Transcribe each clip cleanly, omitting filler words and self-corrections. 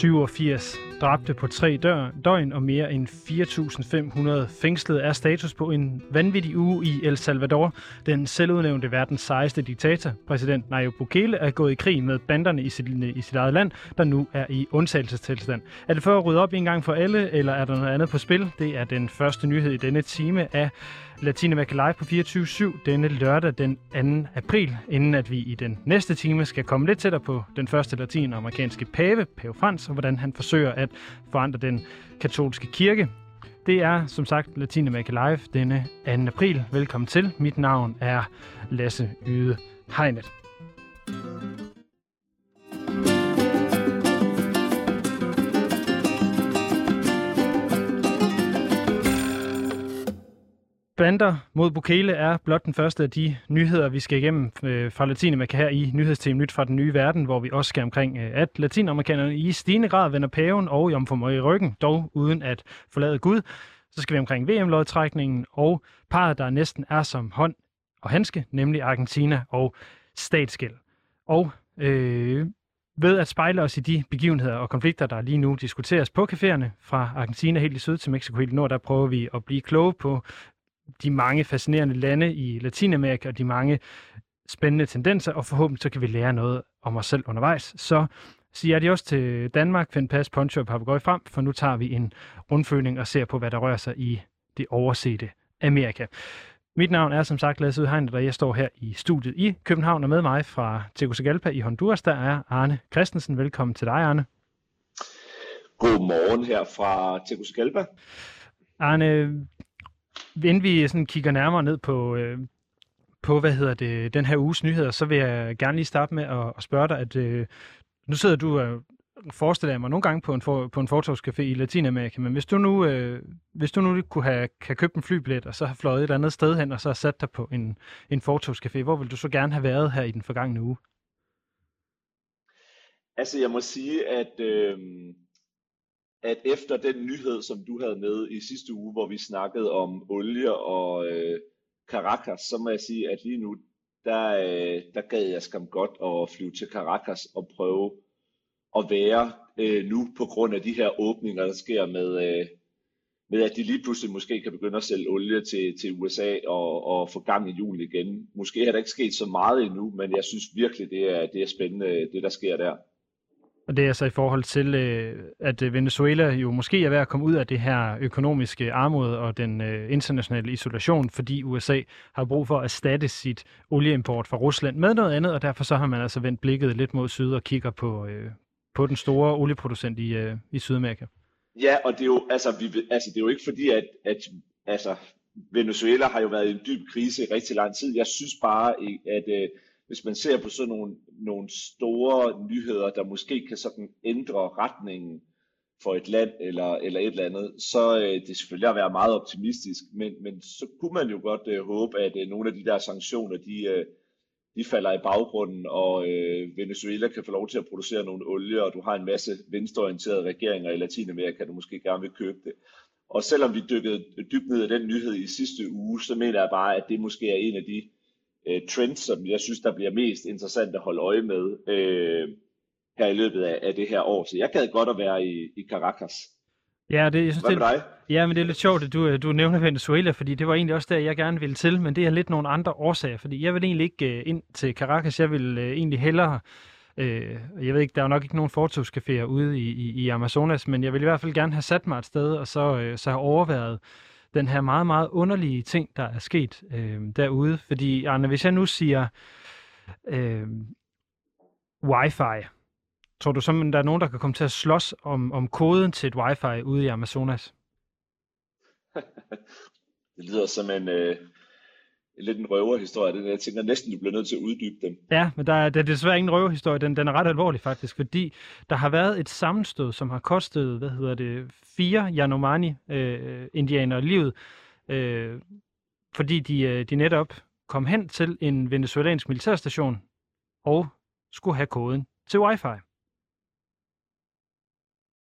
87 dræbte på 3 døgn og mere end 4.500 fængslede er status på en vanvittig uge i El Salvador. Den selvudnævnte verdens sejeste diktator, præsident Nayib Bukele, er gået i krig med banderne i sit eget land, der nu er i undtagelsestilstand. Er det for at rydde op en gang for alle, eller er der noget andet på spil? Det er den første nyhed i denne time af Latinamerika Live på 24/7 denne lørdag den 2. april, inden at vi i den næste time skal komme lidt tættere på den første latinamerikanske pave Frans, og hvordan han forsøger at forandre den katolske kirke. Det er som sagt Latinamerika Live denne 2. april. Velkommen til. Mit navn er Lasse Yde Hegnet. Bander mod Bukele er blot den første af de nyheder, vi skal igennem fra Latinamerika her i Nyhedsteam Nyt fra den nye verden, hvor vi også skal omkring, at latinamerikanerne i stigende grad vender paven og Jomfru Maria i ryggen, dog uden at forlade Gud. Så skal vi omkring VM-lodtrækningen og parret, der næsten er som hånd og handske, nemlig Argentina og statsgæld. Og ved at spejle os i de begivenheder og konflikter, der lige nu diskuteres på caféerne fra Argentina helt i syd til Mexico helt i nord, der prøver vi at blive kloge på de mange fascinerende lande i Latinamerika og de mange spændende tendenser, og forhåbentlig så kan vi lære noget om os selv undervejs. Så siger de også til Danmark, find pas, poncho og papegøje frem, for nu tager vi en rundføling og ser på, hvad der rører sig i det oversete Amerika. Mit navn er som sagt Lasse Yde Hegnet, og jeg står her i studiet i København, og med mig fra Tegucigalpa i Honduras, der er Arne Christensen. Velkommen til dig, Arne. God morgen her fra Tegucigalpa. Arne, inden vi sådan kigger nærmere ned på den her uges nyheder, så vil jeg gerne lige starte med at spørge dig, at nu sidder du forestiller mig nogle gange på en fortovscafé i Latinamerika, men hvis du nu kunne have købt en flybillet og så have fløjet et andet sted hen og så have sat dig på en fortovscafé, hvor ville du så gerne have været her i den forgangne uge? Altså jeg må sige, at efter den nyhed, som du havde med i sidste uge, hvor vi snakkede om olie og Caracas, så må jeg sige, at lige nu, der gad jeg skam godt at flyve til Caracas og prøve at være nu på grund af de her åbninger, der sker med at de lige pludselig måske kan begynde at sælge olie til USA og få gang i hjulene igen. Måske er der ikke sket så meget endnu, men jeg synes virkelig, det er spændende, det der sker der. Og det er altså i forhold til, at Venezuela jo måske er ved at komme ud af det her økonomiske armod og den internationale isolation, fordi USA har brug for at erstatte sit olieimport fra Rusland med noget andet, og derfor så har man altså vendt blikket lidt mod syd og kigger på den store olieproducent i Sydamerika. Ja, og det er jo, det er jo ikke fordi, at Venezuela har jo været i en dyb krise i rigtig lang tid. Jeg synes bare, at hvis man ser på sådan nogle store nyheder, der måske kan sådan ændre retningen for et land eller et eller andet, så det er selvfølgelig at være meget optimistisk, men så kunne man jo godt håbe, at nogle af de der sanktioner, de falder i baggrunden, og Venezuela kan få lov til at producere nogle olie, og du har en masse venstreorienterede regeringer i Latinamerika, der måske gerne vil købe det. Og selvom vi dykkede dybt ned i den nyhed i sidste uge, så mener jeg bare, at det måske er en af de trends, som jeg synes, der bliver mest interessant at holde øje med her i løbet af det her år. Så jeg gad godt at være i Caracas. Ja, jeg synes, hvad med dig? Ja, men det er lidt sjovt, at du nævner Venezuela, fordi det var egentlig også der, jeg gerne ville til, men det er lidt nogle andre årsager, fordi jeg vil egentlig ikke ind til Caracas, jeg vil egentlig hellere, jeg ved ikke, der er jo nok ikke nogen fortovscaféer ude i Amazonas, men jeg vil i hvert fald gerne have sat mig et sted, og så have overværet den her meget, meget underlige ting, der er sket derude. Fordi, Arne, hvis jeg nu siger Wi-Fi, tror du simpelthen, der er nogen, der kan komme til at slås om koden til et Wi-Fi ude i Amazonas? Det lyder som lidt en røverhistorie. Jeg tænker næsten, du bliver nødt til at uddybe den. Ja, men der er desværre ingen røverhistorie. Den er ret alvorlig faktisk, fordi der har været et sammenstød, som har kostet, 4 Yanomami-indianere livet, fordi de netop kom hen til en venezuelansk militærstation og skulle have koden til Wi-Fi.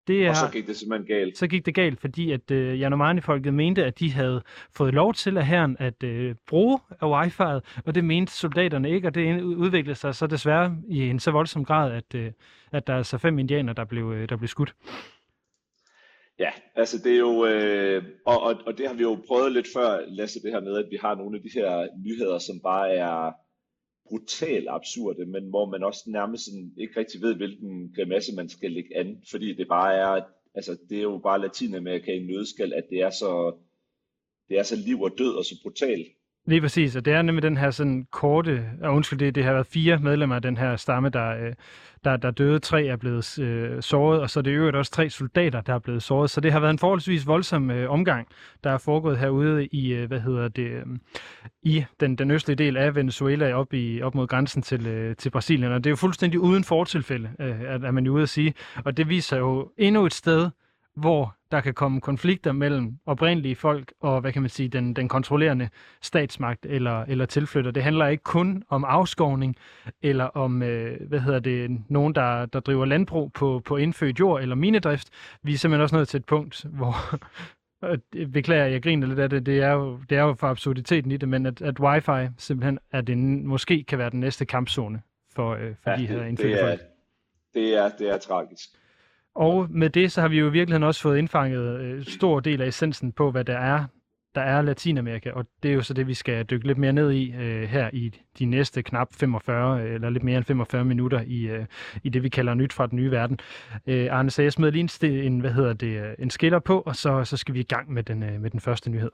Og så gik det simpelthen galt. Så gik det galt, fordi at Yanomami-folket mente, at de havde fået lov til af hæren at bruge af wifi'et, og det mente soldaterne ikke, og det udviklede sig så desværre i en så voldsom grad, at der er altså 5 indianere, der blev skudt. Ja, altså det er jo, og det har vi jo prøvet lidt før, Lasse, det her med, at vi har nogle af de her nyheder, som bare er brutalt absurde, men hvor man også nærmest sådan ikke rigtig ved, hvilken grimasse man skal lægge an, fordi det bare er, altså det er jo bare Latinamerika i nødskal, at det er så liv og død og så brutalt. Lige præcis, og det er nemlig den her sådan korte, og undskyld, det har været 4 medlemmer af den her stamme, der døde, 3 er blevet såret, og så er det øvrigt også 3 soldater, der er blevet såret. Så det har været en forholdsvis voldsom omgang, der er foregået herude i, i den østlige del af Venezuela, op mod grænsen til Brasilien, og det er jo fuldstændig uden fortilfælde, at man er ude at sige, og det viser jo endnu et sted, hvor der kan komme konflikter mellem oprindelige folk og, hvad kan man sige, den kontrollerende statsmagt eller tilflytter. Det handler ikke kun om afskovning eller om, nogen, der driver landbrug på indfødt jord eller minedrift. Vi er simpelthen også nået til et punkt, hvor, beklager, jeg griner lidt af det, det er jo for absurditeten i det, men at wifi simpelthen måske kan være den næste kampzone for de her indfødte folk. Det er tragisk. Og med det, så har vi jo i virkeligheden også fået indfanget stor del af essensen på, hvad der er Latinamerika, og det er jo så det, vi skal dykke lidt mere ned i her i de næste knap 45, eller lidt mere end 45 minutter i det, vi kalder nyt fra den nye verden. Arne, så jeg smed lige en skiller på, og så skal vi i gang med den første nyhed.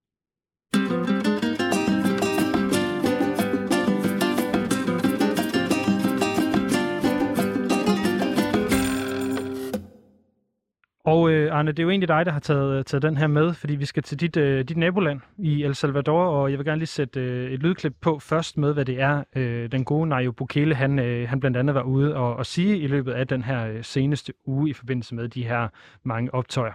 Og Arne, det er jo egentlig dig, der har taget den her med, fordi vi skal til dit naboland i El Salvador, og jeg vil gerne lige sætte et lydklip på først med, hvad det er, den gode Nayib Bukele, han blandt andet var ude og sige i løbet af den her seneste uge i forbindelse med de her mange optøjer.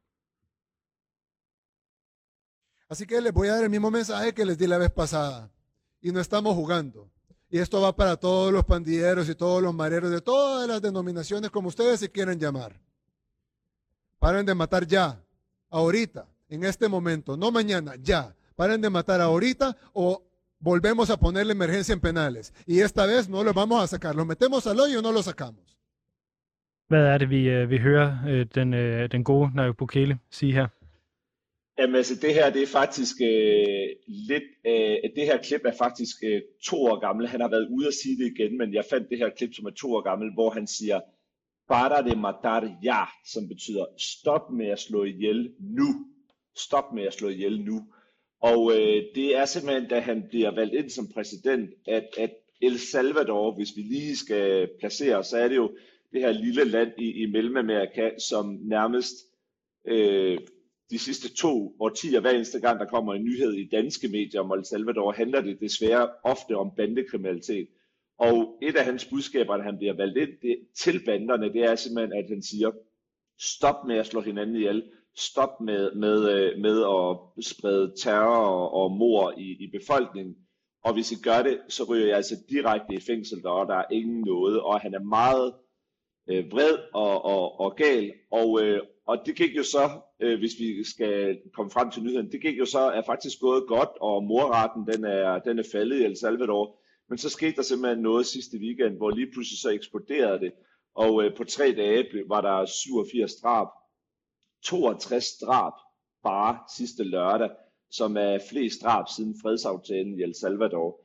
Así que les voy a dar el mismo mensaje que les di la vez pasada, y no estamos jugando. Y esto va para todos los pandilleros y todos los mareros de todas las denominaciones, como ustedes se quieran llamar. Paren de matar ya, ahorita, en este momento, no mañana, ya. Paren de matar ahorita o volvemos a ponerle emergencia en penales. Y esta vez no los vamos a sacar. Los metemos al hoyo o no los sacamos. Hvad er det, vi hører den gode Nayib Bukele sige her? Jamen altså, det her, det er faktisk det her klip er faktisk 2 år gammel. Han har været ude at sige det igen, men jeg fandt det her klip, som er 2 år gammel, hvor han siger, para de matar ya, som betyder stop med at slå ihjel nu. Stop med at slå ihjel nu. Og det er simpelthen, da han bliver valgt ind som præsident, at El Salvador, hvis vi lige skal placere, så er det jo det her lille land i Mellemamerika, som nærmest de sidste 2 årtier, hver eneste gang der kommer en nyhed i danske medier om El Salvador, handler det desværre ofte om bandekriminalitet. Og et af hans budskaber, når han bliver valgt ind til banderne, det er simpelthen, at han siger, stop med at slå hinanden ihjel, stop med at sprede terror og mord i befolkningen, og hvis I gør det, så ryger jeg altså direkte i fængsel, og der er ingen noget, og han er meget vred og gal, og det gik jo så, hvis vi skal komme frem til nyheden, det gik jo så, er faktisk gået godt, og morraten, den er faldet i El Salvador. Men så skete der simpelthen noget sidste weekend, hvor lige pludselig så eksploderede det. Og på 3 dage var der 87 drab. 62 drab bare sidste lørdag, som er flest drab siden fredsaftalen i El Salvador.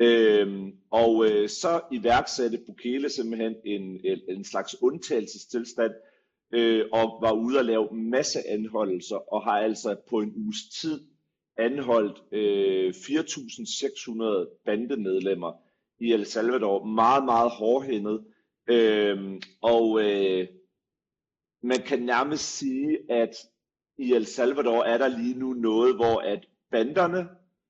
Så iværksatte Bukele simpelthen en slags undtagelsestilstand, og var ude at lave masse anholdelser, og har altså på en uges tid anholdt 4.600 bandemedlemmer i El Salvador. Meget, meget hårdhændet. Man kan nærmest sige, at i El Salvador er der lige nu noget, hvor at banderne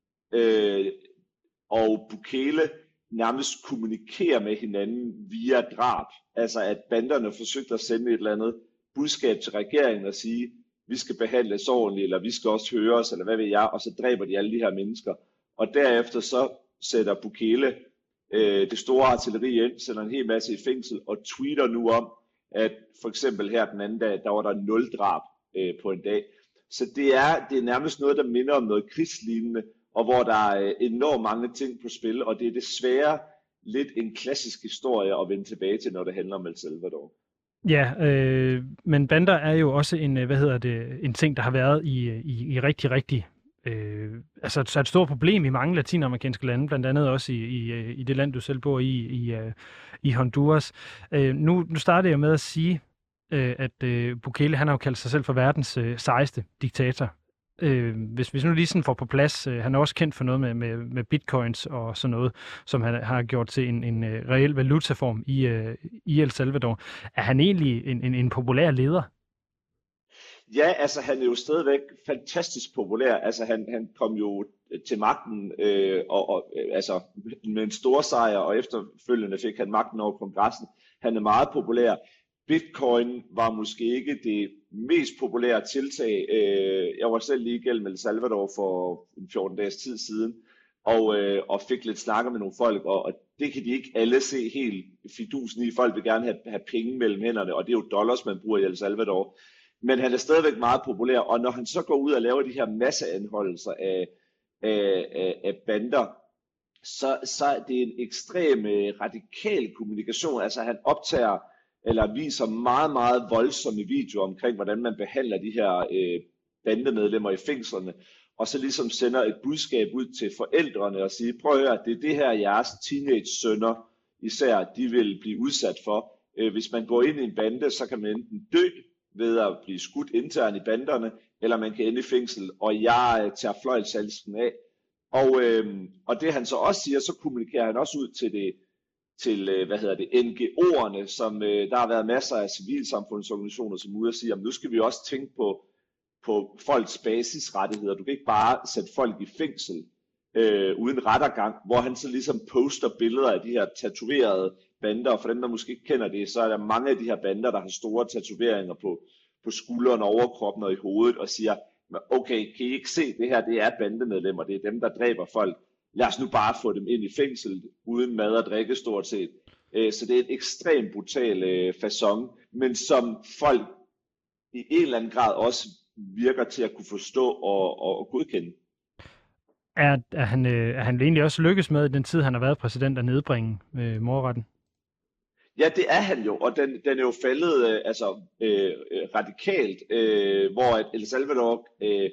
og Bukele nærmest kommunikerer med hinanden via drab. Altså at banderne forsøgte at sende et eller andet budskab til regeringen og sige, vi skal behandles ordentligt, eller vi skal også høre os, eller hvad ved jeg, og så dræber de alle de her mennesker. Og derefter så sætter Bukele det store artilleri ind, sender en hel masse i fængsel, og tweeter nu om, at for eksempel her den anden dag, der var der 0 drab på en dag. Så det er nærmest noget, der minder om noget krigslignende, og hvor der er enormt mange ting på spil, og det er desværre lidt en klassisk historie at vende tilbage til, når det handler om El Salvador. Ja, men bander er jo også en ting, der har været i rigtig altså et stort problem i mange latinamerikanske lande, blandt andet også i det land, du selv bor i Honduras. Nu startede jeg med at sige, at Bukele, han har jo kaldt sig selv for verdens sejeste diktator. Hvis vi nu lige sådan får på plads, han er også kendt for noget med bitcoins og sådan noget, som han har gjort til en reel valutaform i El Salvador. Er han egentlig en populær leder? Ja, altså han er jo stadigvæk fantastisk populær. Altså han kom jo til magten altså med en stor sejr, og efterfølgende fik han magten over kongressen. Han er meget populær. Bitcoin var måske ikke det mest populære tiltag. Jeg var selv lige igennem El Salvador for 14 dages tid siden, og fik lidt snakker med nogle folk, og det kan de ikke alle se helt fidusen i. Folk vil gerne have penge mellem hænderne, og det er jo dollars, man bruger i El Salvador. Men han er stadigvæk meget populær, og når han så går ud og laver de her masseanholdelser af bander, så er det en ekstrem radikal kommunikation. Altså han optager eller viser meget, meget voldsomme videoer omkring, hvordan man behandler de her bandemedlemmer i fængslerne, og så ligesom sender et budskab ud til forældrene og siger, prøv at høre, det er det her jeres teenage-sønner især, de vil blive udsat for. Hvis man går ind i en bande, så kan man enten dø ved at blive skudt internt i banderne, eller man kan ende i fængsel, og jeg tager fløjlshalsen af. Og det han så også siger, så kommunikerer han også ud til NGO'erne, som der har været masser af civilsamfundsorganisationer, som ude og siger, at nu skal vi også tænke på folks basisrettigheder. Du kan ikke bare sætte folk i fængsel uden rettergang, hvor han så ligesom poster billeder af de her tatoverede bander, og for dem, der måske ikke kender det, så er der mange af de her bander, der har store tatoveringer på skulderen, overkroppen og i hovedet, og siger, okay, kan I ikke se, det her, det er bandemedlemmer, det er dem, der dræber folk. Lad os nu bare få dem ind i fængsel, uden mad og drikke stort set. Så det er et ekstremt brutal facon, men som folk i en eller anden grad også virker til at kunne forstå og godkende. Er han egentlig også lykkes med, i den tid, han har været præsident, at nedbringe mordretten? Ja, det er han jo, og den er jo faldet radikalt, hvor El Salvador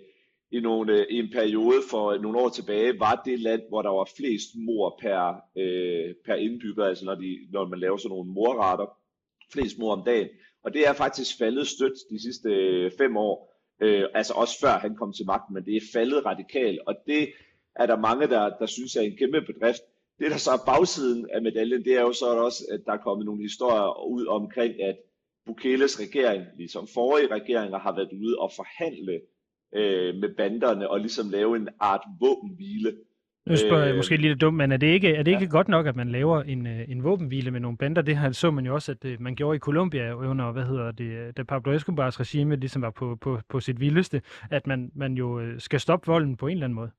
i en periode for nogle år tilbage var det land, hvor der var flest mord per indbygger, altså når man laver sådan nogle mordrater, flest mord om dagen. Og det er faktisk faldet stødt de sidste 5 år, altså også før han kom til magten, men det er faldet radikalt, og det er der mange, der synes er en kæmpe bedrift. Det, der så er bagsiden af medaljen, det er jo så også, at der er kommet nogle historier ud omkring, at Bukeles regering, ligesom forrige regeringer, har været ude og forhandle med banderne og ligesom lave en art våbenhvile. Nu spørger jeg måske lidt dumt, men er det ikke godt nok, at man laver en våbenhvile med nogle bander? Det her så man jo også, at man gjorde i Colombia under, da Pablo Escobars regime ligesom var på sit vildeste, at man jo skal stoppe volden på en eller anden måde.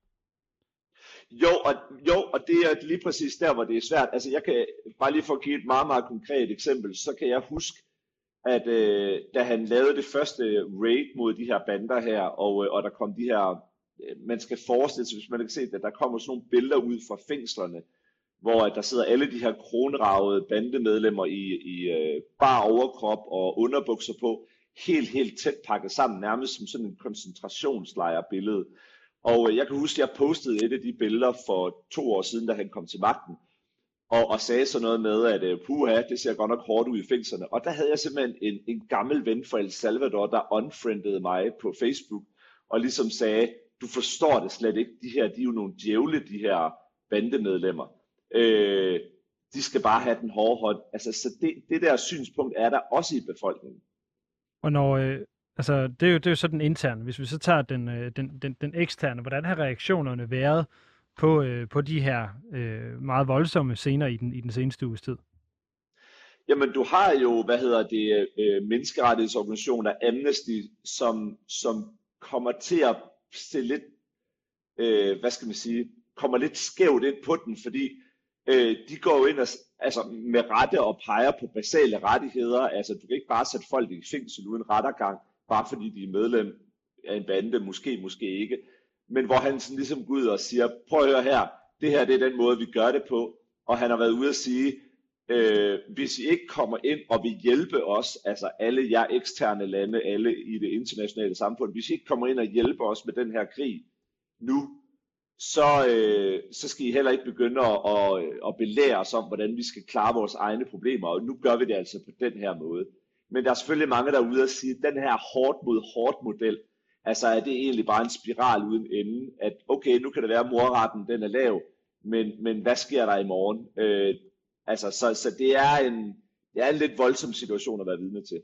Jo, og det er lige præcis der, hvor det er svært. Altså jeg kan bare lige for at give et meget, meget konkret eksempel, så kan jeg huske, at da han lavede det første raid mod de her bander her, og der kom de her, man skal forestille sig, hvis man ikke kan se det, der kommer sådan nogle billeder ud fra fængslerne, hvor der sidder alle de her kronragede bandemedlemmer i bar overkrop og underbukser på, helt tæt pakket sammen, nærmest som sådan en koncentrationslejrbillede. Og jeg kan huske, at jeg postede et af de billeder for 2 år siden, da han kom til magten, og sagde sådan noget med, at puha, det ser godt nok hårdt ud i fængslerne. Og der havde jeg simpelthen en gammel ven fra El Salvador, der unfriendede mig på Facebook, og ligesom sagde, du forstår det slet ikke, de her, de er jo nogle djævle, de her bandemedlemmer. De skal bare have den hårde hånd. Altså, så det der synspunkt er der også i befolkningen. Og når, det er jo så den interne. Hvis vi så tager den eksterne, hvordan har reaktionerne været på de her meget voldsomme scener i den seneste uges tid? Jamen, du har jo, menneskerettighedsorganisationer, Amnesty, som kommer til at se lidt, kommer lidt skævt ind på den, fordi de går jo ind altså med rette og peger på basale rettigheder. Altså, du kan ikke bare sætte folk i fængsel uden rettergang, bare fordi de er medlem af en bande, måske ikke. Men hvor han sådan ligesom går ud og siger, prøv at høre her, det her det er den måde, vi gør det på. Og han har været ude at sige, hvis I ikke kommer ind og vil hjælpe os, altså alle jer eksterne lande, alle i det internationale samfund, hvis I ikke kommer ind og hjælper os med den her krig nu, så skal I heller ikke begynde at belære os om, hvordan vi skal klare vores egne problemer, og nu gør vi det altså på den her måde. Men der er selvfølgelig mange, der er ude og sige, at den her hårdt mod hårdt model, altså er det egentlig bare en spiral uden ende, at okay, nu kan det være, at morretten den er lav, men hvad sker der i morgen? Så det er en lidt voldsom situation at være vidne til.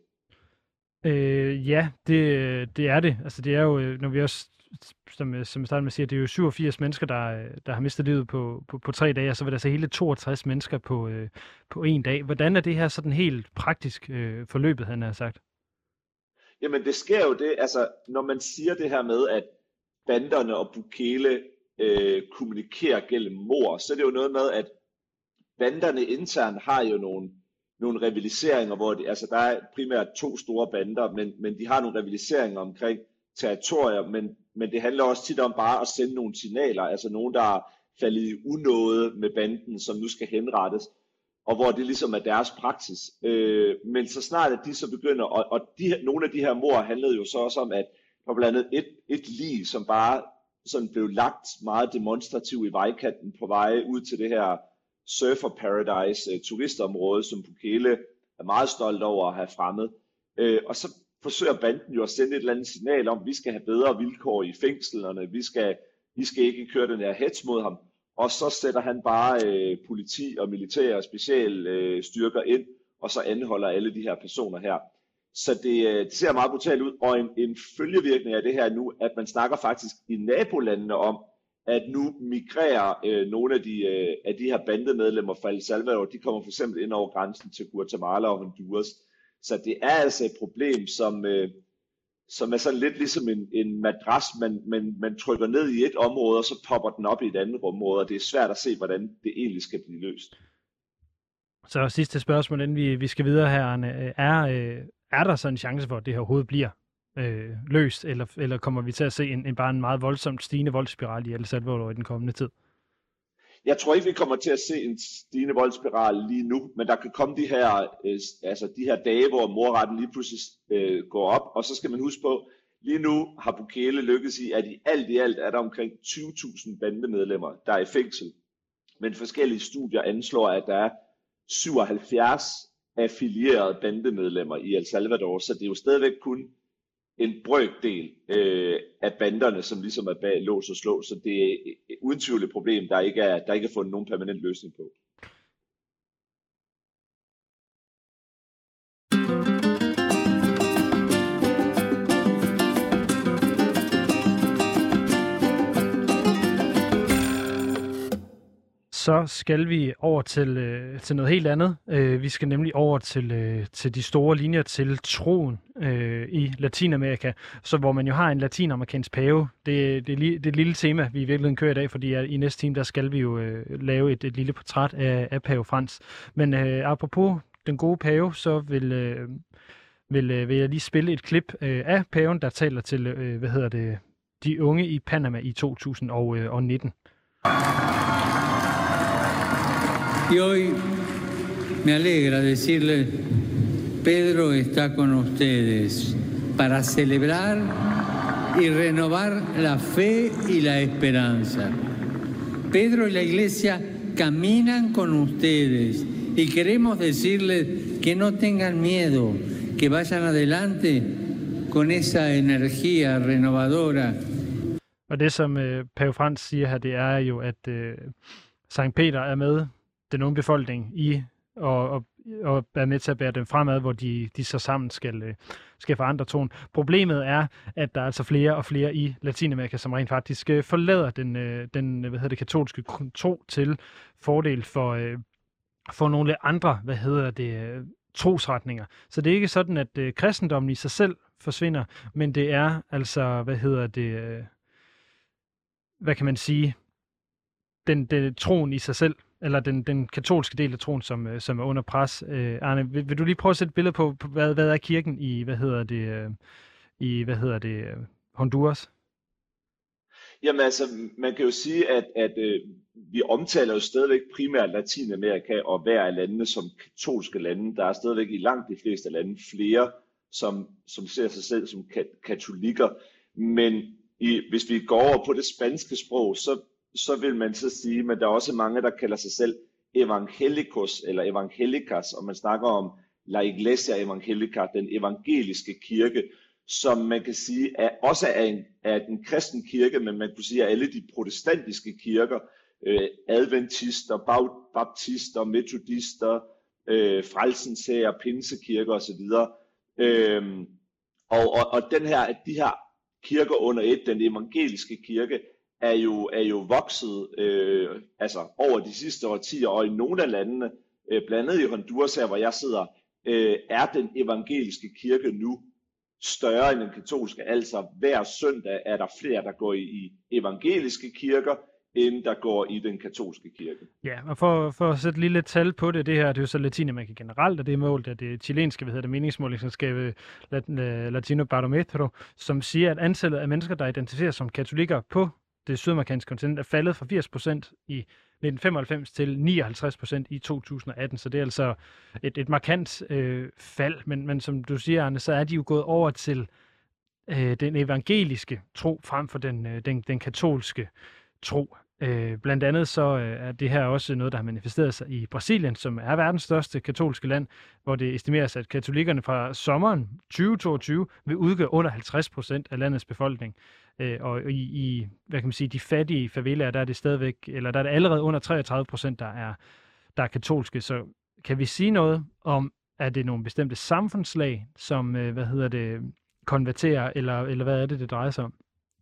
Ja, det er det. Altså det er jo, når vi også, som jeg startede med at sige, det er jo 87 mennesker, der har mistet livet på 3 dage, og så var der så hele 62 mennesker på 1 dag. Hvordan er det her sådan helt praktisk forløbet, han har sagt? Jamen det sker jo det, altså når man siger det her med, at banderne og Bukele kommunikerer gennem mord, så er det jo noget med, at banderne internt har jo nogle rivaliseringer, hvor der er primært 2 store bander, men de har nogle rivaliseringer omkring territorier, men det handler også tit om bare at sende nogle signaler, altså nogen, der er faldet i unåde med banden, som nu skal henrettes, og hvor det ligesom er deres praksis. Men så snart at de så begynder, og nogle af de her mord handlede jo så også om, at der var blandt andet et lig, som bare sådan blev lagt meget demonstrativt i vejkanten på vej ud til det her Surfer Paradise turistområde, som Bukele er meget stolt over at have fremmet. Og så forsøger banden jo at sende et eller andet signal om, at vi skal have bedre vilkår i fængslerne, vi skal ikke køre den her hets mod ham. Og så sætter han bare politi og militære og specialstyrker ind, og så anholder alle de her personer her. Så det ser meget brutalt ud, og en følgevirkning af det her nu, at man snakker faktisk i nabolandene om, at nu migrerer nogle af de her bandemedlemmer fra El Salvador, de kommer for eksempel ind over grænsen til Guatemala og Honduras. Så det er altså et problem, som er sådan lidt ligesom en madras, man trykker ned i et område, og så popper den op i et andet område, og det er svært at se, hvordan det egentlig skal blive løst. Så sidste spørgsmål, inden vi skal videre her, Arne. Er der så en chance for, at det her overhovedet bliver løst, eller kommer vi til at se bare en meget voldsomt stigende voldsspiral i El Salvador i den kommende tid? Jeg tror ikke, vi kommer til at se en stigende voldsspiral lige nu, men der kan komme de her dage, hvor morretten lige pludselig går op, og så skal man huske på, lige nu har Bukele lykkes i, at i alt er der omkring 20.000 bandemedlemmer, der er i fængsel. Men forskellige studier anslår, at der er 77 affilierede bandemedlemmer i El Salvador, så det er jo stadigvæk kun en brøkdel af banderne, som ligesom er bag lås og slå, så det er uden tvivl et problem, der ikke er fundet nogen permanent løsning på. Så skal vi over til noget helt andet. Vi skal nemlig over til de store linjer til troen i Latinamerika, så hvor man jo har en latinamerikansk pave. Det er et lille tema, vi i virkeligheden kører i dag, fordi i næste time, der skal vi jo lave et lille portræt af pave Frans. Men apropos den gode pave, så vil jeg lige spille et klip af paven, der taler til, de unge i Panama i 2019. Y hoy me alegra decirles, Pedro está con ustedes para celebrar y renovar la fe y la esperanza. Pedro y la Iglesia caminan con ustedes y queremos decirles que no tengan miedo, que vayan adelante con esa energía renovadora. Og det, som pave Frans siger her, det er jo, at Sankt Peter er med den unge befolkning og er med til at bære dem fremad, hvor de så sammen skal forandre tonen. Problemet er, at der er altså flere og flere i Latinamerika, som rent faktisk forlader den katolske tro til fordel for nogle andre, trosretninger. Så det er ikke sådan, at kristendommen i sig selv forsvinder, men det er altså, hvad kan man sige, den troen i sig selv, eller den katolske del af troen, som er under pres. Arne, vil du lige prøve at sætte et billede på hvad er kirken i, Honduras? Jamen altså, man kan jo sige, at vi omtaler jo stadigvæk primært Latinamerika og hver af landene som katolske lande. Der er stadigvæk i langt de fleste lande flere, som ser sig selv som katolikker. Men hvis vi går over på det spanske sprog, så vil man så sige, at der er også mange, der kalder sig selv evangelicos eller evangelicas, og man snakker om La Iglesia Evangelica, den evangeliske kirke, som man kan sige også er en kristen kirke, men man kunne sige, at alle de protestantiske kirker, adventister, baptister, metodister, frelsens hær, pinsekirker osv. Og de her kirker under et, den evangeliske kirke, er jo vokset over de sidste årtier, og i nogle af landene, blandt andet i Honduras her, hvor jeg sidder, er den evangeliske kirke nu større end den katolske. Altså hver søndag er der flere, der går i evangeliske kirker, end der går i den katolske kirke. Ja, og for at sætte lige lidt tal på det her, det er jo så Latinamerika generelt, og det er målt af det chilenske, meningsmålingsselskab Latino Barometro, som siger, at antallet af mennesker, der identificerer som katolikker på det sydamerikanske kontinent, er faldet fra 80% i 1995 til 59% i 2018, så det er altså et markant fald, men som du siger, Arne, så er de jo gået over til den evangeliske tro frem for den katolske tro. Blandt andet så er det her også noget, der har manifesteret sig i Brasilien, som er verdens største katolske land, hvor det estimeres, at katolikkerne fra sommeren 2022 vil udgøre under 50% af landets befolkning. Og i hvad kan man sige, de fattige favelaer, der er det stadigvæk, eller der er det allerede under 33%, der er katolske. Så kan vi sige noget om, er det nogle bestemte samfundslag, som konverterer, eller hvad er det drejer sig om?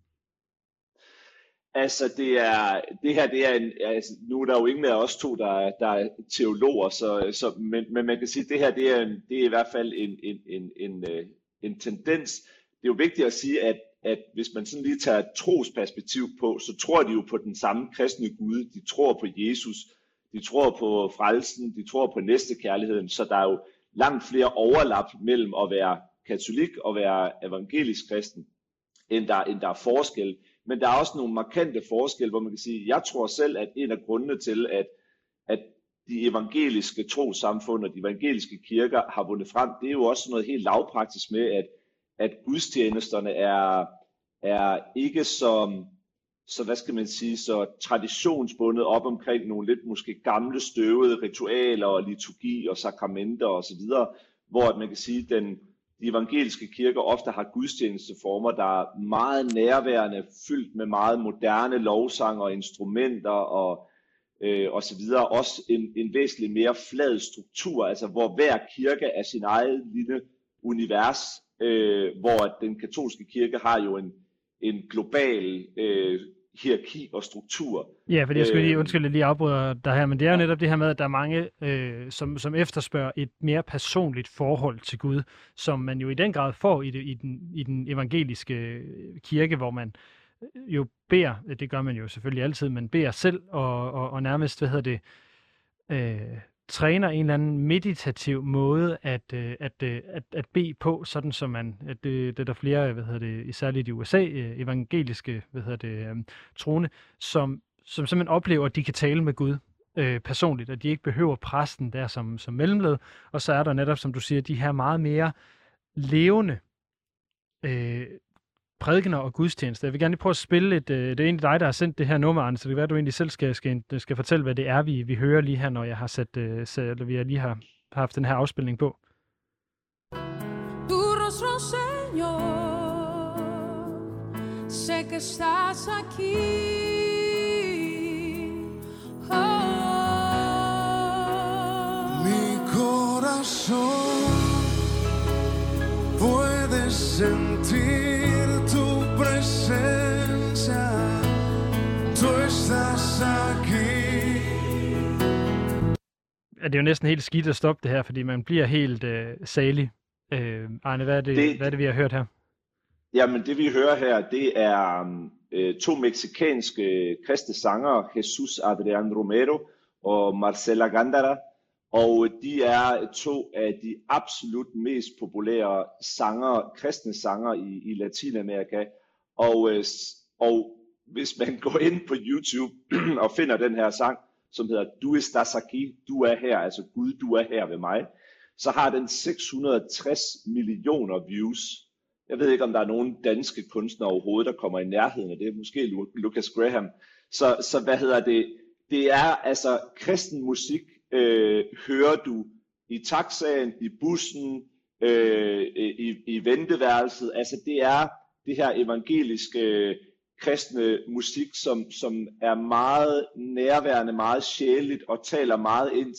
Altså nu er der jo ingen af os to, der er teologer, men man kan sige, at det her det er i hvert fald en tendens. Det er jo vigtigt at sige, at hvis man sådan lige tager et trosperspektiv på, så tror de jo på den samme kristne Gud. De tror på Jesus, de tror på frelsen, de tror på næstekærligheden, så der er jo langt flere overlap mellem at være katolik og være evangelisk kristen, end der er forskel. Men der er også nogle markante forskelle, hvor man kan sige, jeg tror selv, at en af grundene til, at de evangeliske trossamfund og de evangeliske kirker har vundet frem, det er jo også noget helt lavpraktisk med, at gudstjenesterne er ikke så hvad skal man sige, så traditionsbundet op omkring nogle lidt måske gamle støvede ritualer og liturgi og sakramenter osv., hvor man kan sige, at de evangeliske kirker ofte har gudstjenesteformer, der er meget nærværende, fyldt med meget moderne lovsang og instrumenter og så videre. Også en væsentlig mere flad struktur, altså hvor hver kirke er sin eget lille univers, hvor den katolske kirke har jo en global hierarki og struktur. Ja, fordi jeg skulle lige afbryde dig her, men det er jo netop det her med, at der er mange, som efterspørger et mere personligt forhold til Gud, som man jo i den grad får i den evangeliske kirke, hvor man jo beder, det gør man jo selvfølgelig altid, man beder selv og nærmest, træner en eller anden meditativ måde at bede på, sådan som man, det er der flere, særligt i USA, evangeliske, troende, som simpelthen oplever, at de kan tale med Gud personligt, at de ikke behøver præsten der som mellemled, og så er der netop, som du siger, de her meget mere levende prædikener og gudstjenester. Jeg vil gerne lige prøve at spille det er egentlig dig, der har sendt det her nummer, Arne, så det kan være, at du egentlig selv skal fortælle, hvad det er, vi hører lige her, når jeg har eller vi lige har haft den her afspilning på. Tu rostro, Señor, sé que estás aquí. Mi corazón puede sentir tu presencia, tú estás aquí. Det er jo næsten helt skidt at stoppe det her, fordi man bliver helt salig. Arne, hvad er det, vi har hørt her? Jamen, det vi hører her, det er to mexikanske kristne sangere, Jesus Adrián Romero og Marcela Gándara, og de er to af de absolut mest populære sanger, kristne sanger i Latinamerika, og hvis man går ind på YouTube og finder den her sang, som hedder Du estás aquí, du er her, altså Gud, du er her ved mig, så har den 660 millioner views. Jeg ved ikke, om der er nogen danske kunstnere overhovedet, der kommer i nærheden af det. Måske Lucas Graham. Så hvad hedder det? Det er altså kristen musik, hører du i taxaen, i bussen, i venteværelset. Altså det er det her evangeliske kristne musik, som er meget nærværende, meget sjæleligt og taler meget ind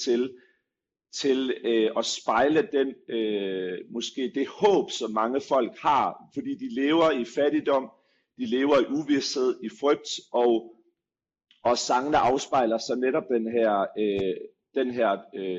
til at spejle den, måske det håb, som mange folk har, fordi de lever i fattigdom, de lever i uvished, i frygt, og sangene afspejler så netop den her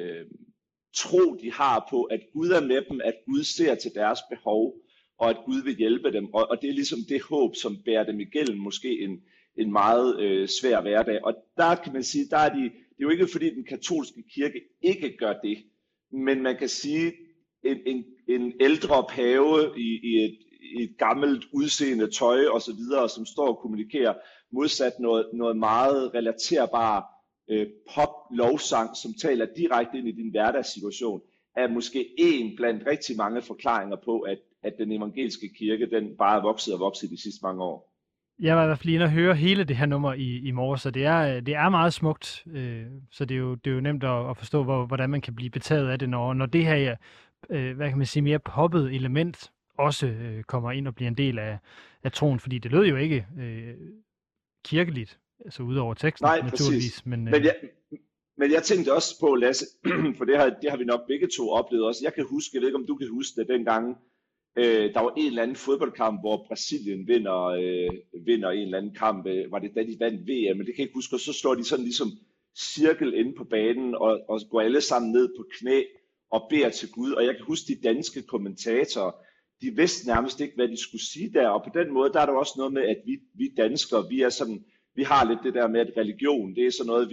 tro, de har på, at Gud er med dem, at Gud ser til deres behov, og at Gud vil hjælpe dem, og det er ligesom det håb, som bærer dem igennem måske en meget svær hverdag. Og der kan man sige, det er jo ikke fordi den katolske kirke ikke gør det, men man kan sige, en ældre pave i et gammelt udseende tøj og så videre, som står og kommunikerer, modsat noget meget relaterbar pop-lovsang, som taler direkte ind i din hverdagssituation, er måske en blandt rigtig mange forklaringer på, at den evangeliske kirke, den bare er vokset og vokset de sidste mange år. Jeg var i hvert fald inde og høre hele det her nummer i morges, så det er meget smukt, så det er jo nemt at forstå, hvordan man kan blive betaget af det, når det her, hvad kan man sige, mere poppet element også kommer ind og bliver en del af troen, fordi det lød jo ikke kirkeligt, altså udover teksten. Nej, naturligvis. Men jeg tænkte også på, Lasse, for det har vi nok begge to oplevet også. Jeg ved ikke om du kan huske det dengang, der var en eller anden fodboldkamp, hvor Brasilien vinder en eller anden kamp. Var det da de vandt VM, men det kan jeg ikke huske. Og så slår de sådan ligesom cirkel inde på banen og går alle sammen ned på knæ og beder til Gud. Og jeg kan huske de danske kommentatorer, de vidste nærmest ikke, hvad de skulle sige der. Og på den måde, der er der også noget med, at vi danskere, vi har lidt det der med, at religion, det er sådan noget,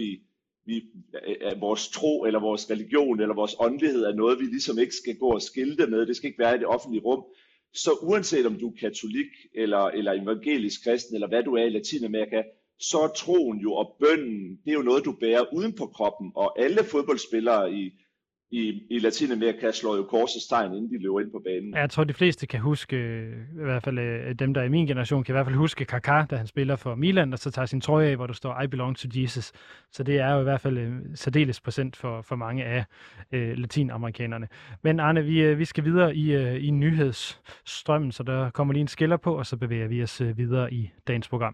vores tro eller vores religion eller vores åndelighed er noget, vi ligesom ikke skal gå og skilte med. Det skal ikke være i det offentlige rum. Så uanset om du er katolik eller evangelisk kristen eller hvad du er i Latinamerika, så er troen jo og bønnen, det er jo noget, du bærer uden på kroppen. Og alle fodboldspillere i Latinamerika slår jo korsets tegn, inden de løber ind på banen. Jeg tror, de fleste kan huske, i hvert fald dem, der er i min generation, kan i hvert fald huske Kaká, da han spiller for Milan, og så tager sin trøje af, hvor der står I belong to Jesus. Så det er jo i hvert fald særdeles procent for mange af latinamerikanerne. Men Arne, vi skal videre i nyhedsstrømmen, så der kommer lige en skiller på, og så bevæger vi os videre i dagens program.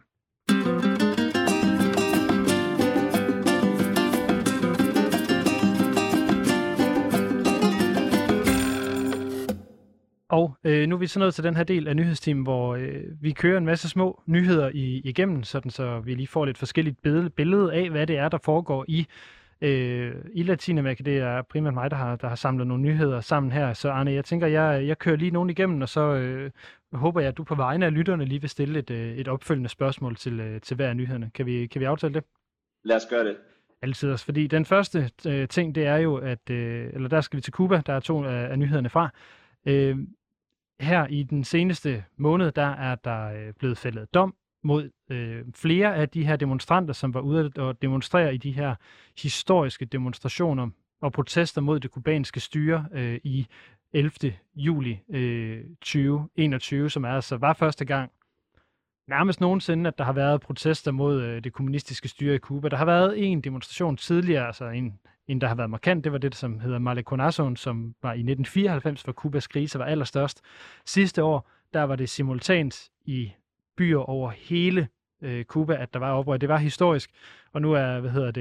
Og nu er vi så nået til den her del af nyhedsteamen, hvor vi kører en masse små nyheder igennem, sådan så vi lige får lidt forskelligt billede af, hvad det er, der foregår i Latinamerika. Det er primært mig, der har samlet nogle nyheder sammen her. Så Arne, jeg tænker, jeg kører lige nogle igennem, og så håber jeg, at du på vegne af lytterne lige vil stille et opfølgende spørgsmål til hver af nyhederne. Kan vi aftale det? Lad os gøre det. Altid også, fordi den første ting, det er jo, at der skal vi til Cuba, der er 2 af nyhederne fra. Her i den seneste måned, der er der blevet fældet dom mod flere af de her demonstranter, som var ude og demonstrere i de her historiske demonstrationer og protester mod det kubanske styre i 11. juli 2021, som var første gang nærmest nogensinde, at der har været protester mod det kommunistiske styre i Cuba. Der har været en demonstration tidligere, altså en der har været markant. Det var det, som hedder Maleconazoen, som var i 1994, hvor Cubas krise var allerstørst. Sidste år, der var det simultant i byer over hele Cuba, at der var oprør. Det var historisk, og nu er,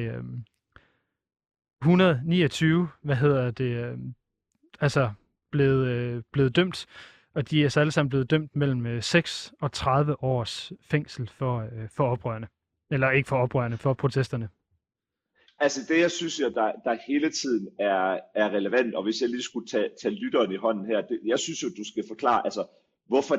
129, blevet dømt, og de er så alle sammen blevet dømt mellem 6 og 30 års fængsel for oprørerne. Eller ikke for oprørerne, for protesterne. Altså det, jeg synes, der hele tiden er relevant, og hvis jeg lige skulle tage lytteren i hånden her, jeg synes jo, du skal forklare, altså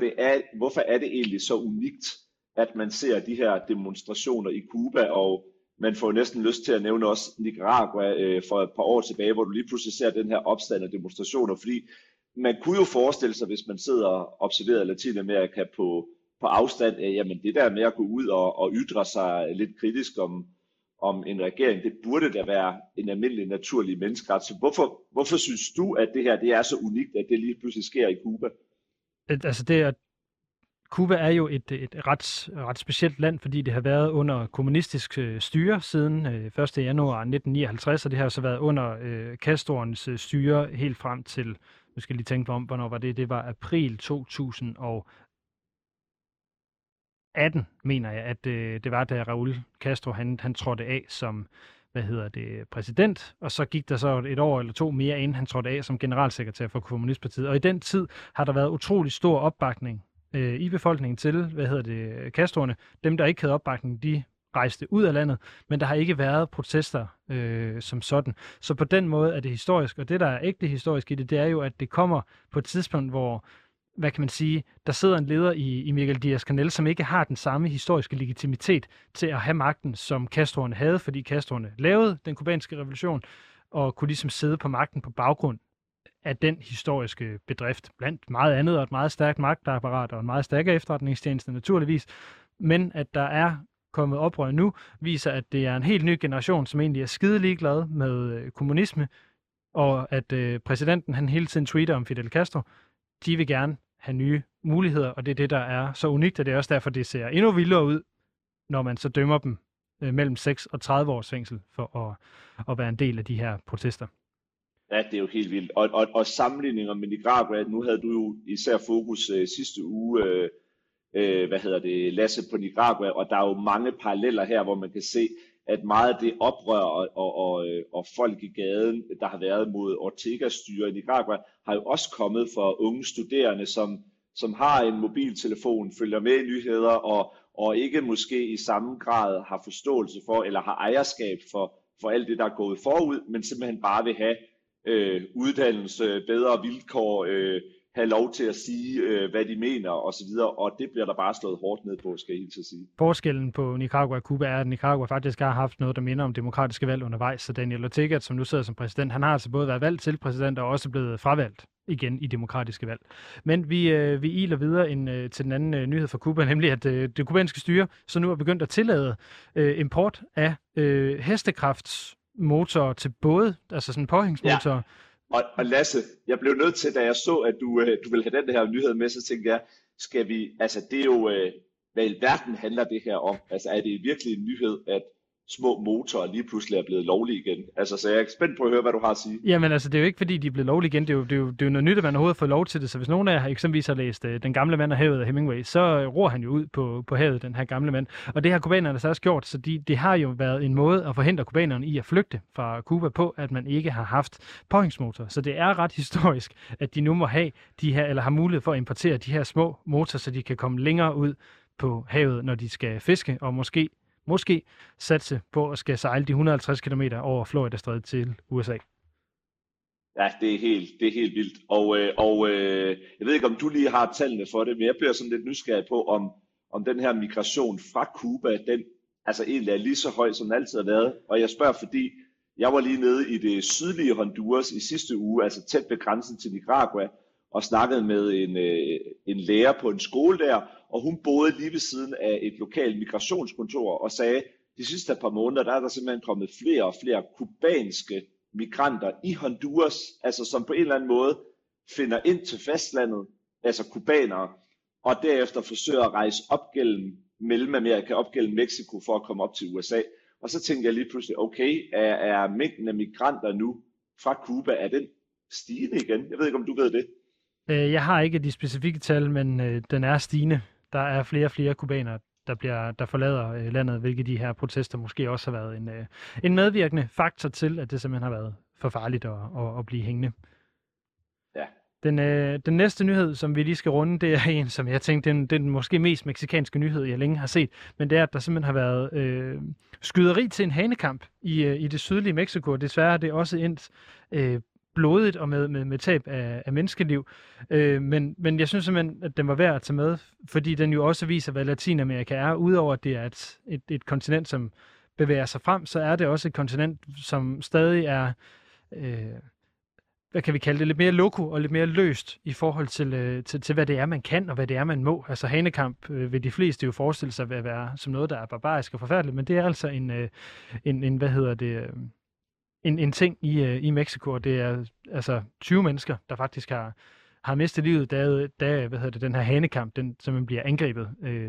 hvorfor er det egentlig så unikt, at man ser de her demonstrationer i Cuba, og man får næsten lyst til at nævne også Nicaragua for et par år tilbage, hvor du lige pludselig ser den her opstand og demonstrationer, fordi man kunne jo forestille sig, hvis man sidder og observerer Latinamerika på afstand, jamen det der med at gå ud og ytre sig lidt kritisk om en regering, det burde da være en almindelig naturlig menneskeret. Så hvorfor synes du, at det her det er så unikt, at det lige pludselig sker i Cuba? Altså Cuba er jo et ret specielt land, fordi det har været under kommunistisk styre siden 1. januar 1959, og det har så været under Castroens styre helt frem til, nu skal jeg lige tænke på om, hvornår var det? Det var april 2018, mener jeg, at det var, da Raúl Castro han trådte af som præsident, og så gik der så et år eller to mere, inden han trådte af som generalsekretær for Kommunistpartiet. Og i den tid har der været utrolig stor opbakning i befolkningen til, Castroerne. Dem, der ikke havde opbakning, de rejste ud af landet, men der har ikke været protester som sådan. Så på den måde er det historisk, og det, der er ægte historisk i det, det er jo, at det kommer på et tidspunkt, hvor, hvad kan man sige, der sidder en leder i Miguel Díaz-Canel, som ikke har den samme historiske legitimitet til at have magten, som Castroerne havde, fordi Castroerne lavede den kubanske revolution, og kunne ligesom sidde på magten på baggrund af den historiske bedrift, blandt meget andet, og et meget stærkt magtapparat, og en meget stærkere efterretningstjeneste naturligvis, men at der er kommet oprør nu, viser, at det er en helt ny generation, som egentlig er skide ligeglad med kommunisme, og at præsidenten han hele tiden tweeter om Fidel Castro. De vil gerne have nye muligheder, og det er det, der er så unikt, og det er også derfor, det ser endnu vildere ud, når man så dømmer dem mellem 6 og 30 års fængsel for at være en del af de her protester. Ja, det er jo helt vildt. Og sammenligninger med Nicaragua, nu havde du jo især fokus sidste uge, Lasse, på Nicaragua, og der er jo mange paralleller her, hvor man kan se, at meget af det oprør og folk i gaden, der har været mod Ortega-styre i Nicaragua, har jo også kommet fra unge studerende, som har en mobiltelefon, følger med i nyheder, og ikke måske i samme grad har forståelse for, eller har ejerskab for alt det, der er gået forud, men simpelthen bare vil have uddannelse, bedre vilkår, have lov til at sige, hvad de mener osv., og det bliver der bare slået hårdt ned på, skal jeg helt til at sige. Forskellen på Nicaragua og Cuba er, at Nicaragua faktisk har haft noget, der minder om demokratiske valg undervejs, så Daniel Ortega, som nu sidder som præsident, han har altså både været valgt til præsident og også blevet fravalgt igen i demokratiske valg. Men vi iler videre til den anden nyhed fra Cuba, nemlig at det kubanske styre så nu er begyndt at tillade import af hestekraftsmotorer til både, altså sådan påhængsmotorer. Ja. Og Lasse, jeg blev nødt til, da jeg så, at du ville have den her nyhed med, så tænkte jeg, det er jo, hvad i verden handler det her om? Altså, er det virkelig en nyhed, at små motorer lige pludselig er blevet lovlige igen? Altså, så jeg er spændt på at høre, hvad du har at sige. Jamen, altså, det er jo ikke, fordi de er blevet lovlige igen. Det er jo noget nyt, at man overhovedet får lov til det. Så hvis nogen af jer eksempelvis har læst Den gamle mand og havet af Hemingway, så ror han jo ud på havet, den her gamle mand. Og det har kubanerne så også gjort, så det har jo været en måde at forhindre kubanerne i at flygte fra Cuba på, at man ikke har haft påhængsmotorer. Så det er ret historisk, at de nu må have de her, eller har mulighed for at importere de her små motorer, så de kan komme længere ud på havet, når de skal fiske, og måske satse på at skal sejle de 150 km over Floridastrædet til USA. Ja, det er helt vildt. Og jeg ved ikke, om du lige har tallene for det, men jeg bliver sådan lidt nysgerrig på, om den her migration fra Cuba, den altså egentlig er lige så høj, som den altid har været. Og jeg spørger, fordi jeg var lige nede i det sydlige Honduras i sidste uge, altså tæt ved grænsen til Nicaragua, og snakkede med en lærer på en skole der, og hun boede lige ved siden af et lokalt migrationskontor og sagde, de sidste par måneder, der er der simpelthen kommet flere og flere kubanske migranter i Honduras, altså som på en eller anden måde finder ind til fastlandet, altså kubanere, og derefter forsøger at rejse op gennem Mellemamerika, op gennem Mexico for at komme op til USA. Og så tænkte jeg lige pludselig, okay, er mængden af migranter nu fra Cuba, er den stigende igen? Jeg ved ikke, om du ved det. Jeg har ikke de specifikke tal, men den er stigende. Der er flere og flere kubanere, der forlader landet, hvilket de her protester måske også har været en medvirkende faktor til, at det simpelthen har været for farligt at blive hængende. Ja. Den næste nyhed, som vi lige skal runde, det er en, som jeg tænkte, den måske mest meksikanske nyhed, jeg længe har set, men det er, at der simpelthen har været skyderi til en hanekamp i det sydlige Mexico. Desværre er det også endt blodigt og med tab af menneskeliv. Men jeg synes simpelthen, at den var værd at tage med, fordi den jo også viser, hvad Latinamerika er, udover at det er et kontinent, som bevæger sig frem, så er det også et kontinent, som stadig er, hvad kan vi kalde det, lidt mere loko og lidt mere løst i forhold til hvad det er, man kan, og hvad det er, man må. Altså hanekamp vil de fleste jo forestille sig at være som noget, der er barbarisk og forfærdeligt, men det er altså en ting i Mexico, og det er altså 20 mennesker, der faktisk har mistet livet, da den her hanekamp, den simpelthen bliver angrebet,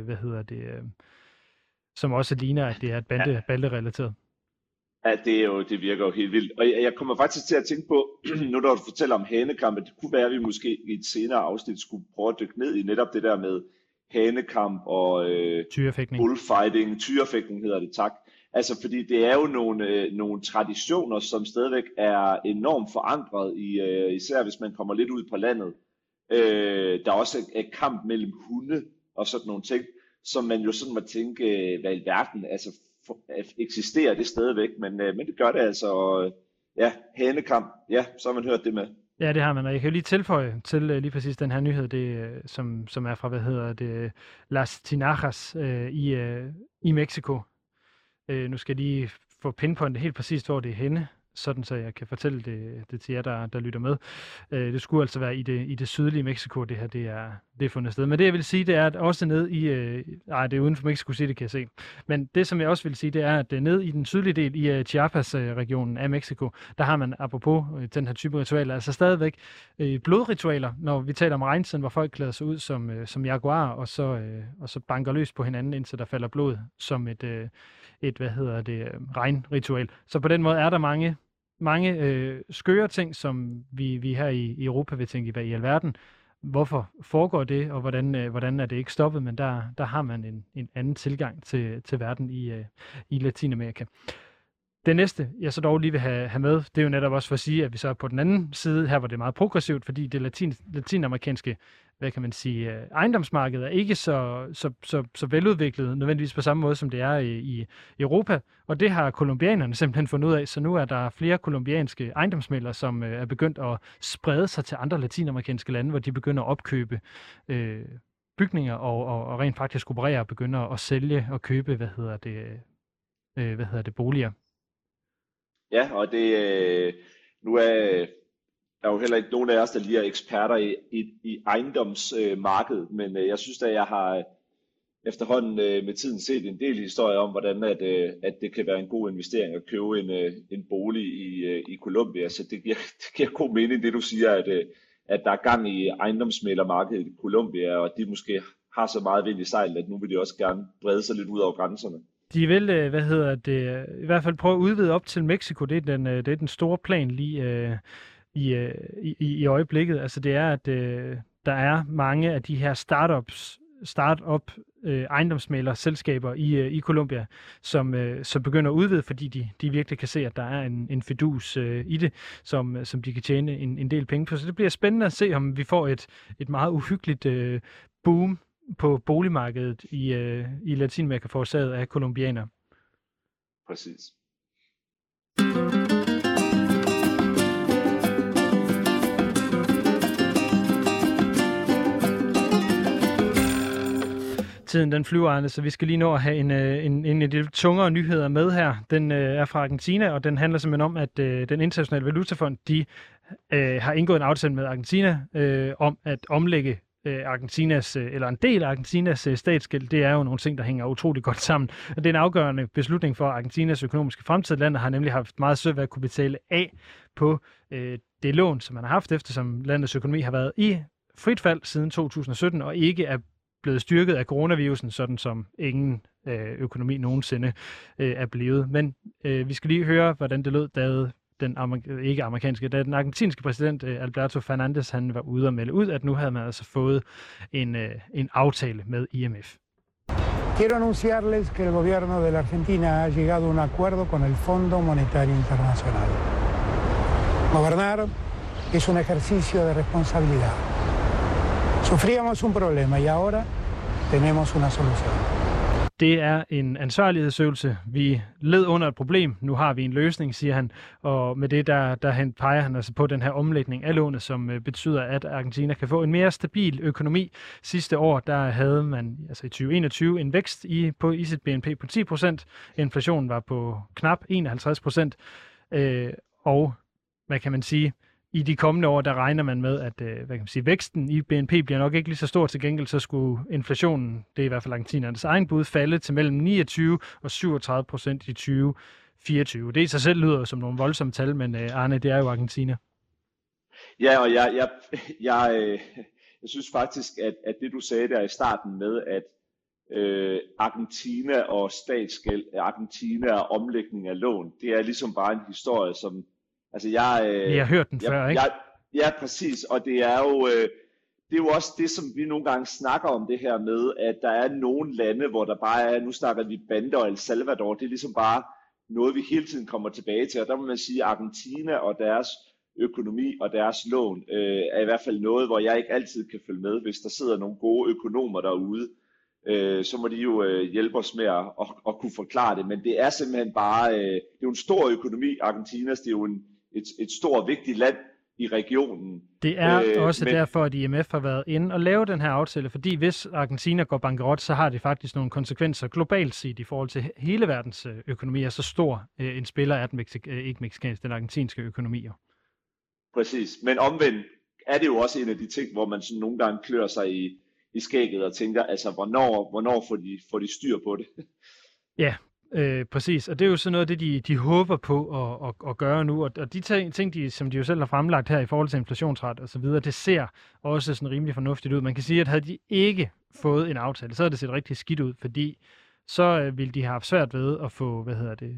som også ligner, at det er et banderelateret. Ja, det virker jo helt vildt. Og jeg kommer faktisk til at tænke på, nu når du fortæller om hanekamp, at det kunne være, at vi måske i et senere afsnit skulle prøve at dykke ned i netop det der med hanekamp og bullfighting, tyrefægtning hedder det, tak. Altså fordi det er jo nogle traditioner, som stadigvæk er enormt forankret, især hvis man kommer lidt ud på landet. Der er også et kamp mellem hunde og sådan nogle ting, som man jo sådan må tænke, hvad i verden, altså eksisterer det stadigvæk, men det gør det altså, og ja, hanekamp, ja, så har man hørt det med. Ja, det har man, og jeg kan jo lige tilføje til lige præcis den her nyhed, som er fra, Las Tinajas i Mexico. Nu skal jeg lige få pinpointet helt præcist, hvor det er henne, sådan så jeg kan fortælle det til jer, der lytter med. Det skulle altså være i det sydlige Mexico, det her det er fundet sted. Men det jeg vil sige, det er, at også ned i... det er uden for Mexico City, kan jeg se. Men det som jeg også vil sige, det er, at ned i den sydlige del, i Chiapas-regionen af Mexico, der har man apropos den her type ritualer, altså stadigvæk blodritualer, når vi taler om regntiden, hvor folk klæder sig ud som jaguar, og så banker løs på hinanden, indtil der falder blod, som et regnritual. Så på den måde er der mange skøre ting, som vi her i Europa vil tænke, hvad i alverden, hvorfor foregår det, og hvordan er det ikke stoppet, men der har man en anden tilgang til verden i Latinamerika. Det næste, jeg så dog lige vil have med, det er jo netop også for at sige, at vi så er på den anden side, her hvor det er meget progressivt, fordi det latinamerikanske, hvad kan man sige, ejendomsmarked er ikke så veludviklet, nødvendigvis på samme måde, som det er i Europa. Og det har kolumbianerne simpelthen fundet ud af, så nu er der flere kolumbianske ejendomsmæglere, som er begyndt at sprede sig til andre latinamerikanske lande, hvor de begynder at opkøbe bygninger og rent faktisk operere og begynder at sælge og købe, boliger. Ja, og nu er der jo heller ikke nogen af os, der lige er eksperter i ejendomsmarkedet, men jeg synes, at jeg har efterhånden med tiden set en del historier om, hvordan at det kan være en god investering at købe en bolig i Colombia, så det giver god mening, det du siger, at der er gang i ejendomsmæglermarkedet i Colombia, og de måske har så meget vind i sejlet, at nu vil de også gerne brede sig lidt ud over grænserne. De vil, i hvert fald prøve at udvide op til Mexico. Det er den store plan lige i øjeblikket. Altså det er, at der er mange af de her startup ejendomsmæglerselskaber i Colombia, som begynder at udvide, fordi de virkelig kan se, at der er en fidus i det, som de kan tjene en del penge på. Så det bliver spændende at se, om vi får et meget uhyggeligt boom på boligmarkedet i Latinamerika forårsaget af kolumbianer. Præcis. Tiden den flyver, Arne, så vi skal lige nå at have en lidt tungere nyheder med her. Den er fra Argentina, og den handler simpelthen om, at den internationale valutafond, de har indgået en aftale med Argentina om at omlægge Argentinas, eller en del af Argentinas statsgæld. Det er jo nogle ting, der hænger utrolig godt sammen. Og det er en afgørende beslutning for Argentinas økonomiske fremtid. Landet har nemlig haft meget svært ved at kunne betale af på det lån, som man har haft, eftersom landets økonomi har været i frit fald siden 2017, og ikke er blevet styrket af coronavirusen, sådan som ingen økonomi nogensinde er blevet. Men vi skal lige høre, hvordan det lød, da den argentinske præsident Alberto Fernández, han var ude og melde ud, at nu havde man altså fået en aftale med IMF. Quiero anunciarles que el gobierno de la Argentina ha llegado a un acuerdo con el Fondo Monetario Internacional. Gobernar es un ejercicio de responsabilidad. Sufríamos un problema y ahora tenemos una solución. Det er en ansvarlighedsøvelse. Vi led under et problem. Nu har vi en løsning, siger han. Og med det, der peger han altså på den her omlægning af lånet, som betyder, at Argentina kan få en mere stabil økonomi. Sidste år, der havde man altså i 2021 en vækst i sit BNP på 10%. Inflationen var på knap 51%. Og hvad kan man sige? I de kommende år, der regner man med, at væksten i BNP bliver nok ikke lige så stor. Til gengæld så skulle inflationen, det er i hvert fald argentinernes egen bud, falde til mellem 29 og 37% i 2024. Det i sig selv lyder som nogle voldsomme tal, men Arne, det er jo Argentina. Ja, og jeg synes faktisk, at det du sagde der i starten med, at Argentina og statsgæld, Argentina og omlægning af lån, det er ligesom bare en historie, som altså jeg har hørt den før, ikke? Ja, præcis, og det er jo også det, som vi nogle gange snakker om det her med, at der er nogle lande, hvor der bare er, nu snakker vi Bande og El Salvador, det er ligesom bare noget, vi hele tiden kommer tilbage til, og der må man sige, at Argentina og deres økonomi og deres lån er i hvert fald noget, hvor jeg ikke altid kan følge med. Hvis der sidder nogle gode økonomer derude, så må de jo hjælpe os med at kunne forklare det, men det er simpelthen bare, det er jo en stor økonomi, Argentinas, det er jo et stort, vigtigt land i regionen. Det er også derfor, at IMF har været inde og lave den her aftale, fordi hvis Argentina går bankerot, så har det faktisk nogle konsekvenser globalt set i forhold til hele verdens økonomi, er så stor en spiller er den argentinske økonomi. Præcis, men omvendt er det jo også en af de ting, hvor man sådan nogle gange klør sig i skægget og tænker, altså hvornår får de styr på det? Ja, præcis. Og det er jo sådan noget af det, de håber på at gøre nu. Og de ting, som de jo selv har fremlagt her i forhold til inflationsret og så videre, det ser også sådan rimelig fornuftigt ud. Man kan sige, at havde de ikke fået en aftale, så havde det set rigtig skidt ud, fordi så ville de have haft svært ved at få,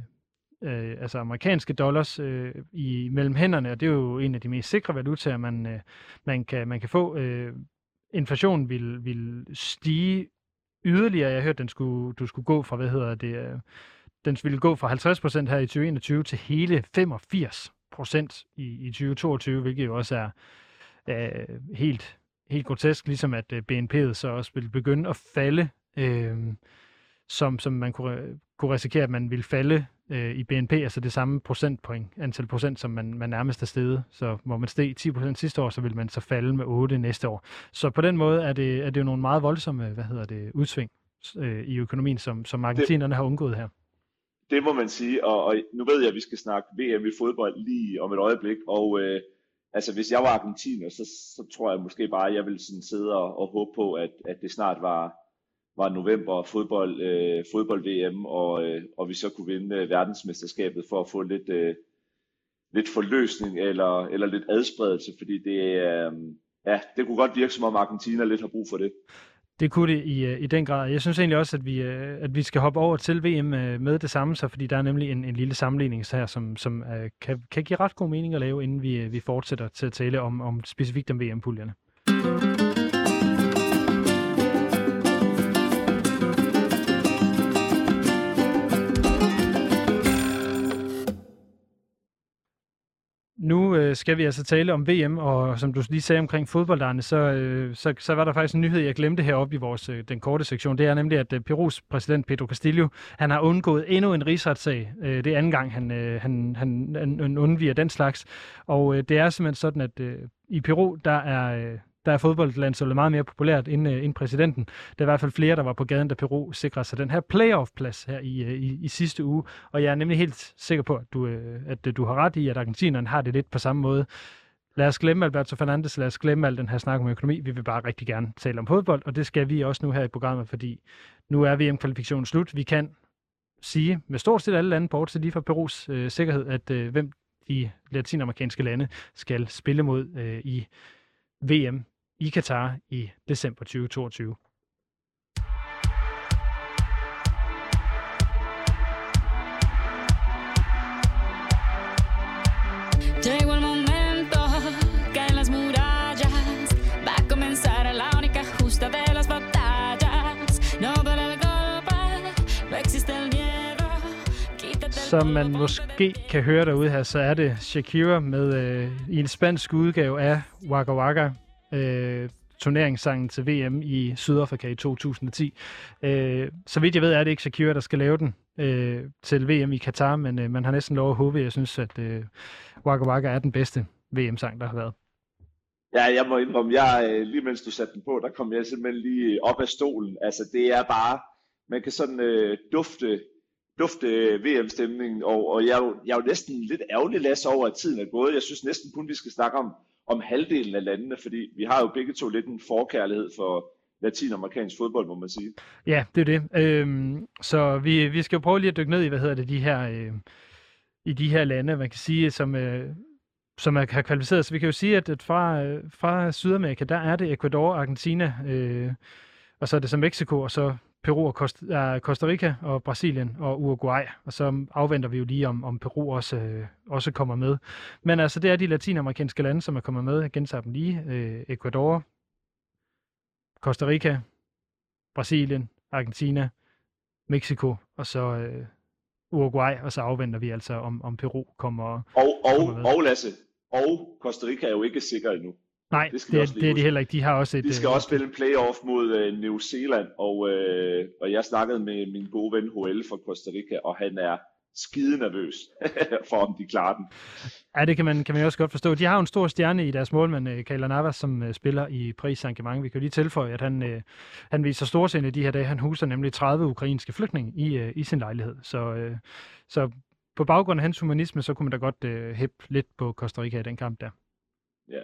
altså amerikanske dollars mellem hænderne, og det er jo en af de mest sikre valutaer, man kan få. Inflationen vil stige yderligere. Jeg hørte, du skulle gå fra, den ville gå fra 50% her i 2021 til hele 85% i 2022, hvilket jo også er helt grotesk, ligesom at BNP'et så også vil begynde at falde, som man kunne risikere, at man ville falde i BNP, altså det samme antal procent, som man nærmest er steget. Så hvor man steg 10% sidste år, så vil man så falde med 8 næste år. Så på den måde er det jo nogle meget voldsomme, udsving i økonomien, som argentinerne har undgået her. Det må man sige, og nu ved jeg, at vi skal snakke VM i fodbold lige om et øjeblik, og altså hvis jeg var argentiner, så tror jeg måske bare, at jeg ville sådan sidde og håbe på, at det snart var november fodbold-VM, og vi så kunne vinde verdensmesterskabet for at få lidt forløsning eller lidt adspredelse, fordi det kunne godt virke, som om Argentina lidt har brug for det. Det kunne det i den grad. Jeg synes egentlig også, at vi skal hoppe over til VM med det samme, så fordi der er nemlig en lille sammenligning her, som kan give ret god mening at lave, inden vi fortsætter til at tale om specifikt om VM-puljerne. Nu skal vi altså tale om VM, og som du lige sagde omkring fodbolderne, så var der faktisk en nyhed, jeg glemte heroppe i den korte sektion. Det er nemlig, at Perus præsident Pedro Castillo, han har undgået endnu en rigsretssag. Det er anden gang, han undviger den slags. Og det er simpelthen sådan, at i Peru, der er fodboldlandsholdet meget mere populært end præsidenten. Der er i hvert fald flere, der var på gaden, da Peru sikrede sig den her playoff-plads her i sidste uge. Og jeg er nemlig helt sikker på, at du har ret i, at argentinerne har det lidt på samme måde. Lad os glemme Alberto Fernandes, lad os glemme al den her snak om økonomi. Vi vil bare rigtig gerne tale om fodbold, og det skal vi også nu her i programmet, fordi nu er VM-kvalifikationen slut. Vi kan sige med stort set alle lande, bortset lige fra Perus sikkerhed, at hvem de latinamerikanske lande skal spille mod i VM i Katar i december 2022. Llegó el momento que en las murallas va a comenzar la única justa de las batallas. No duele el golpe, no existe el miedo. Som man måske kan høre derude her, så er det Shakira med i en spansk udgave af Waka Waka. turneringssangen til VM i Sydafrika i 2010. Så vidt jeg ved, er det ikke Shakira, der skal lave den til VM i Katar, men man har næsten lov at håbe. Jeg synes, at Waka Waka er den bedste VM-sang, der har været. Ja, jeg må indrømme, lige mens du satte den på, der kom jeg simpelthen lige op af stolen. Altså, det er bare, man kan sådan dufte VM-stemningen, og jeg er jo næsten lidt ærgerlig, Lasse, over at tiden er gået. Jeg synes næsten kun, vi skal snakke om halvdelen af landene, fordi vi har jo begge to lidt en forkærlighed for latinamerikansk fodbold, må man sige. Ja, det er det. Så vi skal jo prøve lige at dykke ned i, i de her lande, man kan sige, som har kvalificeret. Så vi kan jo sige, at fra Sydamerika, der er det Ecuador, Argentina, og så er det så Mexico, og så Peru og Costa Rica og Brasilien og Uruguay. Og så afventer vi jo lige, om Peru også kommer med. Men altså, det er de latinamerikanske lande, som er kommet med. Jeg gentager dem lige. Ecuador, Costa Rica, Brasilien, Argentina, Mexico og så Uruguay. Og så afventer vi altså, om Peru kommer med. Og Lasse, og Costa Rica er jo ikke sikker endnu. Nej, det er de heller ikke. De har også de skal også spille en playoff mod New Zealand, og jeg snakkede med min gode ven Joel fra Costa Rica, og han er skide nervøs for, om de klarer den. Ja, det kan man også godt forstå. De har jo en stor stjerne i deres målmand, Keylor Navas, som spiller i Paris Saint-Germain. Vi kan jo lige tilføje, at han viser storsind i de her dage. Han huser nemlig 30 ukrainske flygtninge i sin lejlighed. Så på baggrund af hans humanisme, så kunne man da godt hæppe lidt på Costa Rica i den kamp der. Ja.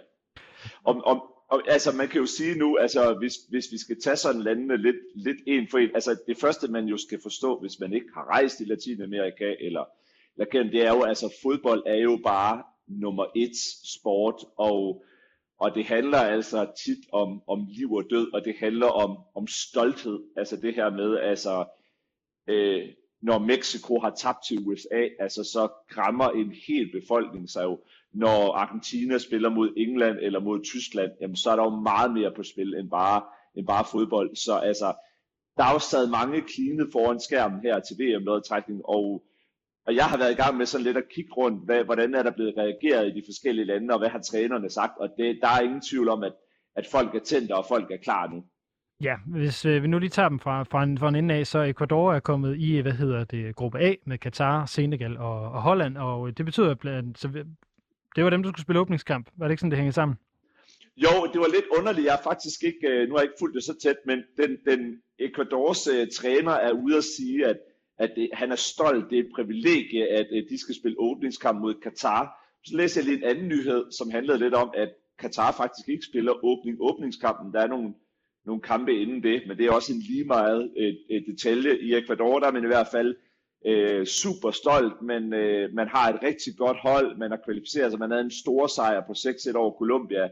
Altså man kan jo sige nu, altså hvis vi skal tage sådan landene lidt en for en, altså det første man jo skal forstå, hvis man ikke har rejst i Latinamerika eller det er jo, altså fodbold er jo bare nummer 1 sport, og det handler altså tit om liv og død, og det handler om stolthed, altså det her med, altså når Mexico har tabt til USA, altså så græmmer en hel befolkning sig jo. Når Argentina spiller mod England eller mod Tyskland, jamen så er der jo meget mere på spil end bare fodbold. Så altså, der er jo stadig mange klinet foran skærmen her til VM-lodtrækning, og jeg har været i gang med sådan lidt at kigge rundt, hvordan er der blevet reageret i de forskellige lande, og hvad har trænerne sagt, og der er ingen tvivl om, at folk er tændte, og folk er klar nu. Ja, hvis vi nu lige tager dem fra en ende af, så Ecuador er kommet i, gruppe A med Katar, Senegal og Holland, og det betyder, at det var dem, der skulle spille åbningskamp. Var det ikke sådan, det hænger sammen? Jo, det var lidt underligt. Jeg har faktisk ikke, nu har jeg ikke fulgt det så tæt, men den Ecuadors træner er ude at sige, at han er stolt. Det er et privilegie, at de skal spille åbningskamp mod Katar. Så læser jeg lige en anden nyhed, som handlede lidt om, at Katar faktisk ikke spiller åbningskampen. Der er nogle kampe inden det, men det er også en lige meget detalje. I Ecuador, der er man i hvert fald super stolt, men man har et rigtig godt hold, man har kvalificeret sig, man havde en stor sejr på 6-1 over Colombia,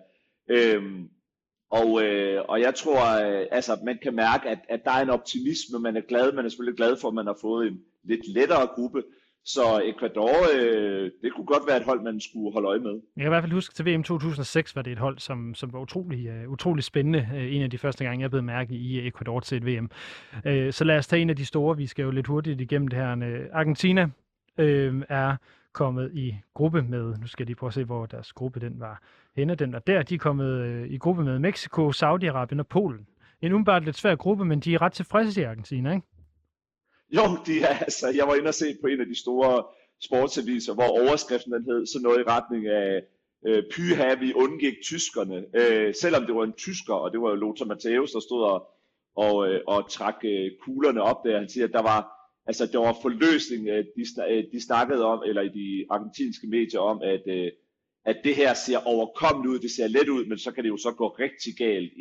og jeg tror, altså man kan mærke, at der er en optimisme, man er selvfølgelig glad for, at man har fået en lidt lettere gruppe, så Ecuador, det kunne godt være et hold, man skulle holde øje med. Jeg kan i hvert fald huske, til VM 2006 var det et hold, som var utrolig spændende. En af de første gange, jeg blev mærke i Ecuador til et VM. Så lad os tage en af de store. Vi skal jo lidt hurtigt igennem det her. Argentina er kommet i gruppe med, nu skal jeg lige prøve at se, hvor deres gruppe den var henne. Den var der. De er kommet i gruppe med Mexico, Saudi-Arabien og Polen. En umiddelbart lidt svær gruppe, men de er ret tilfredse i Argentina, ikke? Jo, altså, jeg var inde og se på en af de store sportsaviser, hvor overskriften den hed sådan noget i retning af pyha, vi undgik tyskerne. Selvom det var en tysker, og det var jo Lothar Matthäus, der stod og trak kuglerne op der. Han siger, at der var forløsning, de snakkede om, eller i de argentinske medier om, at det her ser overkommeligt ud, det ser let ud, men så kan det jo så gå rigtig galt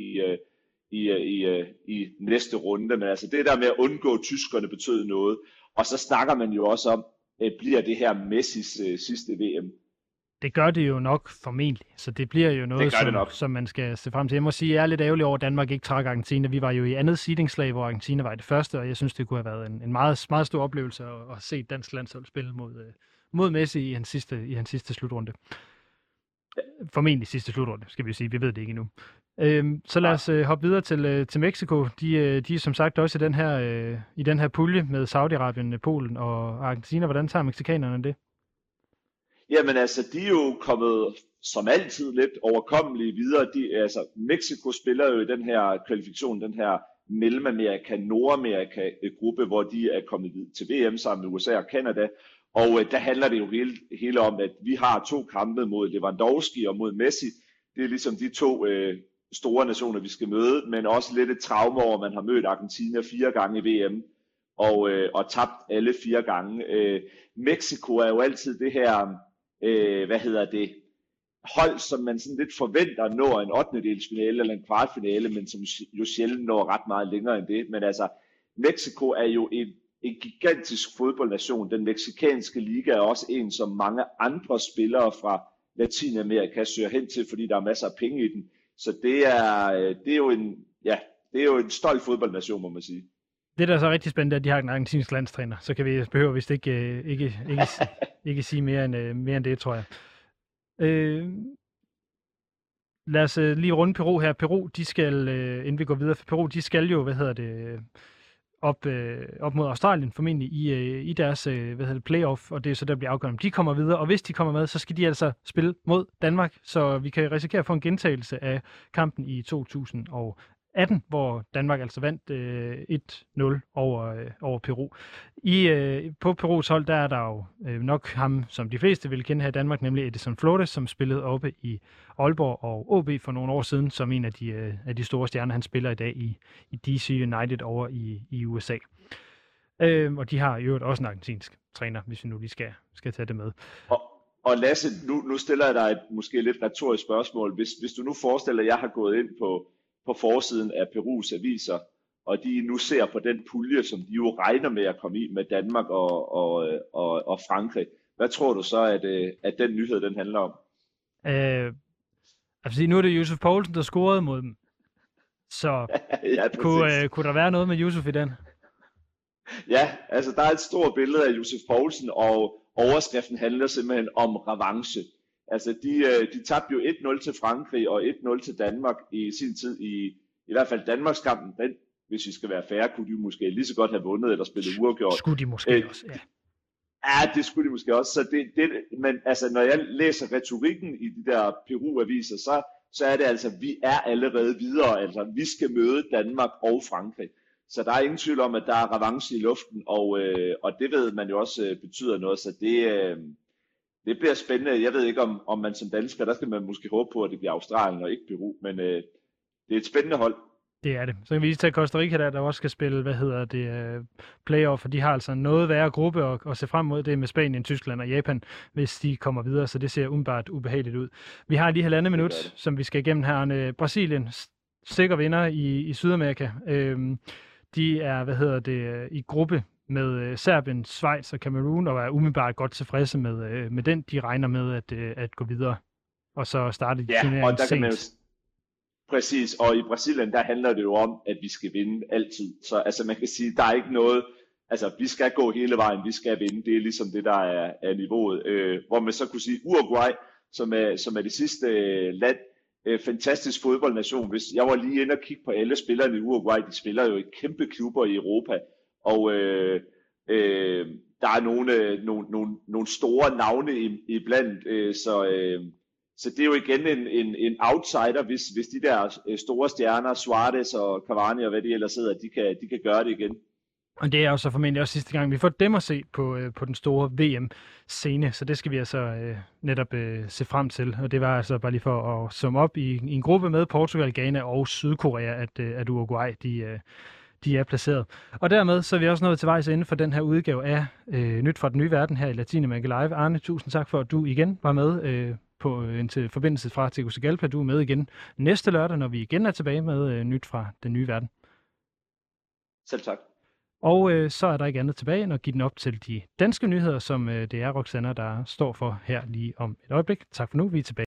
i næste runde, men altså det der med at undgå tyskerne betød noget, og så snakker man jo også om, bliver det her Messis sidste VM? Det gør det jo nok formentlig, så det bliver jo noget, som man skal se frem til. Jeg må sige, at jeg er lidt ærgerlig over, at Danmark ikke trak Argentina. Vi var jo i andet seedingslag, hvor Argentina var i det første, og jeg synes, det kunne have været en meget, meget stor oplevelse at se dansk landshold spille mod Messi i hans sidste slutrunde. Formentlig sidste slutrunde, skal vi sige. Vi ved det ikke endnu. Så lad os hoppe videre til Mexico. De er som sagt også i den her pulje med Saudi-Arabien, Polen og Argentina. Hvordan tager mexikanerne det? Jamen altså, de er jo kommet som altid lidt overkommelige videre. Mexico spiller jo i den her kvalifikation, den her Mellemamerika-Nordamerika-gruppe, hvor de er kommet til VM sammen med USA og Canada. Og der handler det jo hele om, at vi har 2 kampe mod Lewandowski og mod Messi. Det er ligesom de 2 store nationer, vi skal møde, men også lidt et traume over, at man har mødt Argentina 4 gange i VM og tabt alle 4 gange. Mexico er jo altid det her, hold, som man sådan lidt forventer når en 8-delsfinale eller en kvartfinale, men som jo sjældent når ret meget længere end det. Men altså, Mexico er jo en gigantisk fodboldnation. Den mexikanske liga er også en, som mange andre spillere fra Latinamerika søger hen til, fordi der er masser af penge i den. Så det er jo en stolt fodboldnation, må man sige. Det, der er så rigtig spændende, er, at de har en argentinsk landstræner. Så kan vi behøver vist ikke sige mere end det, tror jeg. Lad os lige runde Peru her. Peru, de skal, inden vi går videre for Peru, de skal jo, op mod Australien formentlig i deres playoff, og det er så der bliver afgørende, om de kommer videre, og hvis de kommer med, så skal de altså spille mod Danmark, så vi kan risikere at få en gentagelse af kampen i 2018, hvor Danmark altså vandt 1-0 over Peru. På Perus hold, der er der jo nok ham, som de fleste vil kende her i Danmark, nemlig Edison Flores, som spillede oppe i Aalborg og OB for nogle år siden, som en af de store stjerner. Han spiller i dag i DC United over i USA. Og de har i øvrigt også en argentinsk træner, hvis vi nu lige skal tage det med. Og Lasse, nu stiller jeg dig et måske lidt retorisk spørgsmål. Hvis du nu forestiller, at jeg har gået ind på forsiden af Perus aviser, og de nu ser på den pulje, som de jo regner med at komme i med Danmark og Frankrig. Hvad tror du så, at den nyhed, den handler om? Altså, nu er det Yusuf Poulsen, der scorede mod dem. Så ja, kunne der være noget med Yusuf i den? Ja, altså der er et stort billede af Yusuf Poulsen, og overskriften handler simpelthen om revanche. Altså, de tabte jo 1-0 til Frankrig og 1-0 til Danmark i sin tid i hvert fald Danmarkskampen. Den, hvis vi skal være færre, kunne de måske lige så godt have vundet eller spillet uafgjort. Skulle de måske også, ja. Ja, det skulle de måske også. Så men altså, når jeg læser retorikken i de der Peru-aviser, så er det altså, vi er allerede videre. Altså, vi skal møde Danmark og Frankrig. Så der er ingen tvivl om, at der er revanche i luften, og det ved man jo også betyder noget. Så det bliver spændende. Jeg ved ikke, om man som dansker, der skal man måske håbe på, at det bliver Australien og ikke Peru, men det er et spændende hold. Det er det. Så kan vi lige tage Costa Rica, der også skal spille, playoff, for de har altså en noget værre gruppe at se frem mod. Det med Spanien, Tyskland og Japan, hvis de kommer videre, så det ser umiddelbart ubehageligt ud. Vi har lige 1,5 minut, som vi skal igennem her. Brasilien, sikker vinder i Sydamerika. De er, i gruppe med Serbien, Schweiz og Cameroon, og er umiddelbart godt tilfredse med den. De regner med at gå videre, og så starte turneringen sent. Præcis, og i Brasilien, der handler det jo om, at vi skal vinde altid. Så altså, man kan sige, der er ikke noget, altså vi skal gå hele vejen, vi skal vinde, det er ligesom det, der er niveauet. Hvor man så kunne sige, Uruguay, som er det sidste land, fantastisk fodboldnation. Jeg var lige inde og kigge på alle spillerne i Uruguay, de spiller jo i kæmpe klubber i Europa, og der er nogle store navne iblandt, så det er jo igen en outsider, hvis de der store stjerner, Suarez og Cavani og hvad de ellers hedder, de kan gøre det igen. Og det er jo så formentlig også sidste gang, vi får dem at se på den store VM-scene, så det skal vi altså netop se frem til. Og det var altså bare lige for at summe op i en gruppe med Portugal, Ghana og Sydkorea, at Uruguay, de er placeret. Og dermed så er vi også nået til vejs ende for den her udgave af Nyt fra den nye verden her i Latinamerika Live. Arne, tusind tak for, at du igen var med på en forbindelse fra Tegucigalpa. Du er med igen næste lørdag, når vi igen er tilbage med Nyt fra den nye verden. Selv tak. Og så er der ikke andet tilbage end at give den op til de danske nyheder, som det er Roxanna, der står for her lige om et øjeblik. Tak for nu, vi er tilbage.